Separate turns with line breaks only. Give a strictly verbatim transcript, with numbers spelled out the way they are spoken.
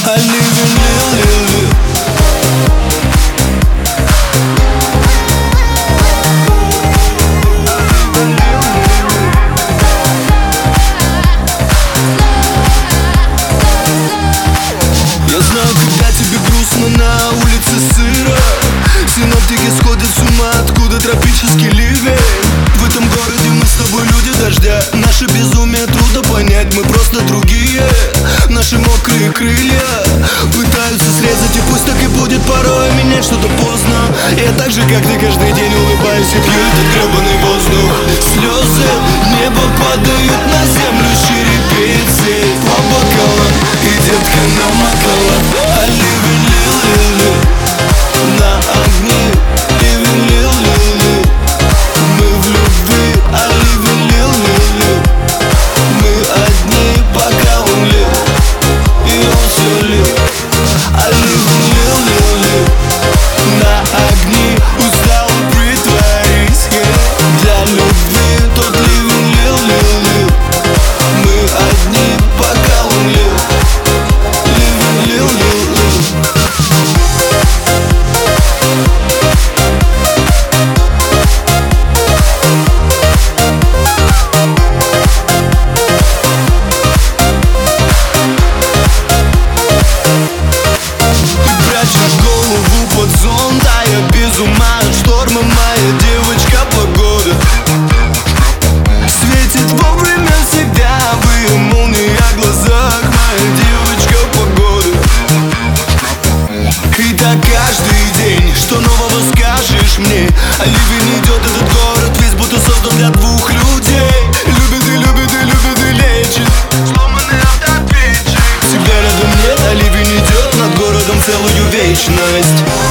I live in live, live, live. Я знаю, когда тебе грустно, на улице сыро. Синоптики сходят с ума, откуда тропический ливень. В этом городе мы с тобой люди дождя. Наше безумие трудно понять, мы просто другие. Наши мокрые крылья пытаются срезать, и пусть так и будет порой менять что-то поздно. Я так же, как ты, каждый день улыбаюсь и пью этот гребаный воздух. Слезы небо падают на землю черепицы по бокалам, и детка намокала. I live in live, live, live. На огне live in live, live, live. Мы в любви. I live in live, live, live. Мы одни, пока он лил, и он все лил. I live in live, live, live. На огне устал притворись, yeah. Для любви тот live in live, live, live. Мы одни, пока он лил. Live in live, live, live. Без ума от шторма, моя девочка, погода светит вовремя всегда, вы молния в глазах, моя девочка, погода. И так каждый день, что нового скажешь мне? А ливень идет, этот город весь будто создан для двух людей. Любит и любит и любит и лечит сломанный автоответчик. Всегда рядом нет, а ливень идет над городом целую вечность.